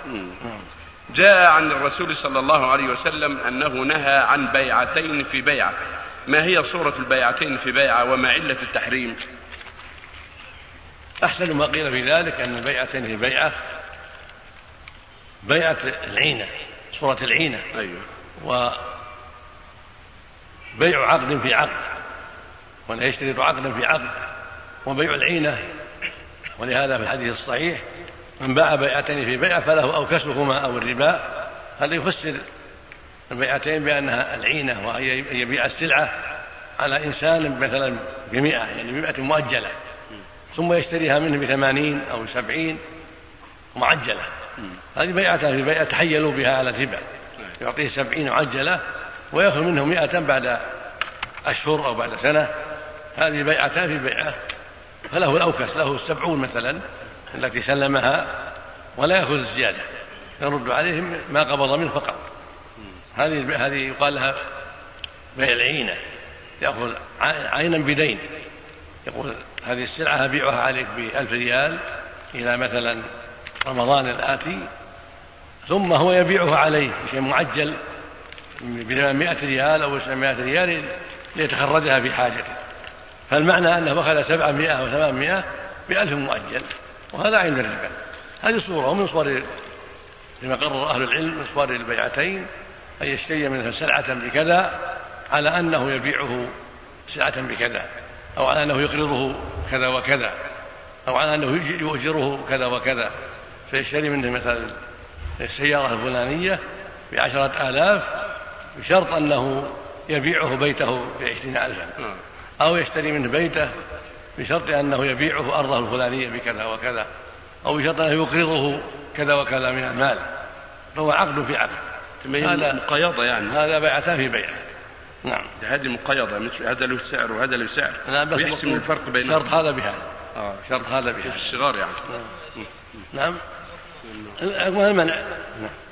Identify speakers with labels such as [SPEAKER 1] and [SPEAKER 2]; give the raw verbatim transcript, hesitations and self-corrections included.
[SPEAKER 1] جاء عن الرسول صلى الله عليه وسلم أنه نهى عن بيعتين في بيعة، ما هي صورة البيعتين في بيعة وما علة التحريم؟
[SPEAKER 2] أحسن ما قيل في ذلك أن البيعتين في بيعة بيعة العينة، صورة العينة،
[SPEAKER 1] أيوه،
[SPEAKER 2] وبيع عقد في عقد، ولا يشترط عقدا في عقد، وبيع العينة. ولهذا في الحديث الصحيح من باع بيعتين في بيعة فله أو كسبهما أو الربا. هذا يفسر البيعتين بأنها العينة، وهي يبيع السلعة على إنسان مثلا بمئة، يعني بمئة مؤجلة، ثم يشتريها منه بثمانين أو سبعين معجلة. هذه بيعتان في بيعة تحيلوا بها على الربا، يعطيه سبعين معجلة ويأخذ منه مئة بعد أشهر أو بعد سنة. هذه بيعتان في بيعة، فله الأوكس، له السبعون مثلا التي سلمها ولا يأخذ الزيادة، يرد عليهم ما قبض منه فقط. هذه هذه يقال لها بيع العينة، يأخذ عينا بدين، يقول هذه السلعة أبيعها عليك بألف ريال إلى مثلا رمضان الآتي، ثم هو يبيعها عليه بشيء معجل بثمانمائة ريال أو سبعمائة ريال ليتخرجها في حاجته. فالمعنى أنه أخذ سبعمائة أو ثمانمائة بألف مؤجل، وهذا عين الربا. هذه صورة ومن صور لما قرر أهل العلم من صور البيعتين أن يشتري منها سلعة بكذا على أنه يبيعه سلعة بكذا، أو على أنه يقرضه كذا وكذا، أو على أنه يؤجره كذا وكذا، فيشتري منه مثلا السيارة الفلانية بعشرة آلاف بشرط أنه يبيعه بيته بعشرين ألفا، أو يشتري منه بيته بشرط أنه يبيعه أرضه الفلانية بكذا وكذا، أو بشرط أنه يقرضه كذا وكذا من المال. فهو عقد في عقد،
[SPEAKER 1] هذا مقيضة، يعني
[SPEAKER 2] هذا بيعتان في بيع. نعم،
[SPEAKER 1] هذه مقيضة، مثل هذا له سعر وهذا له سعر، ويحسم الفرق بينهم.
[SPEAKER 2] شرط هذا بهذا، آه. شرط هذا بهذا
[SPEAKER 1] في الصغار يعني.
[SPEAKER 2] نعم, نعم. المنع. نعم.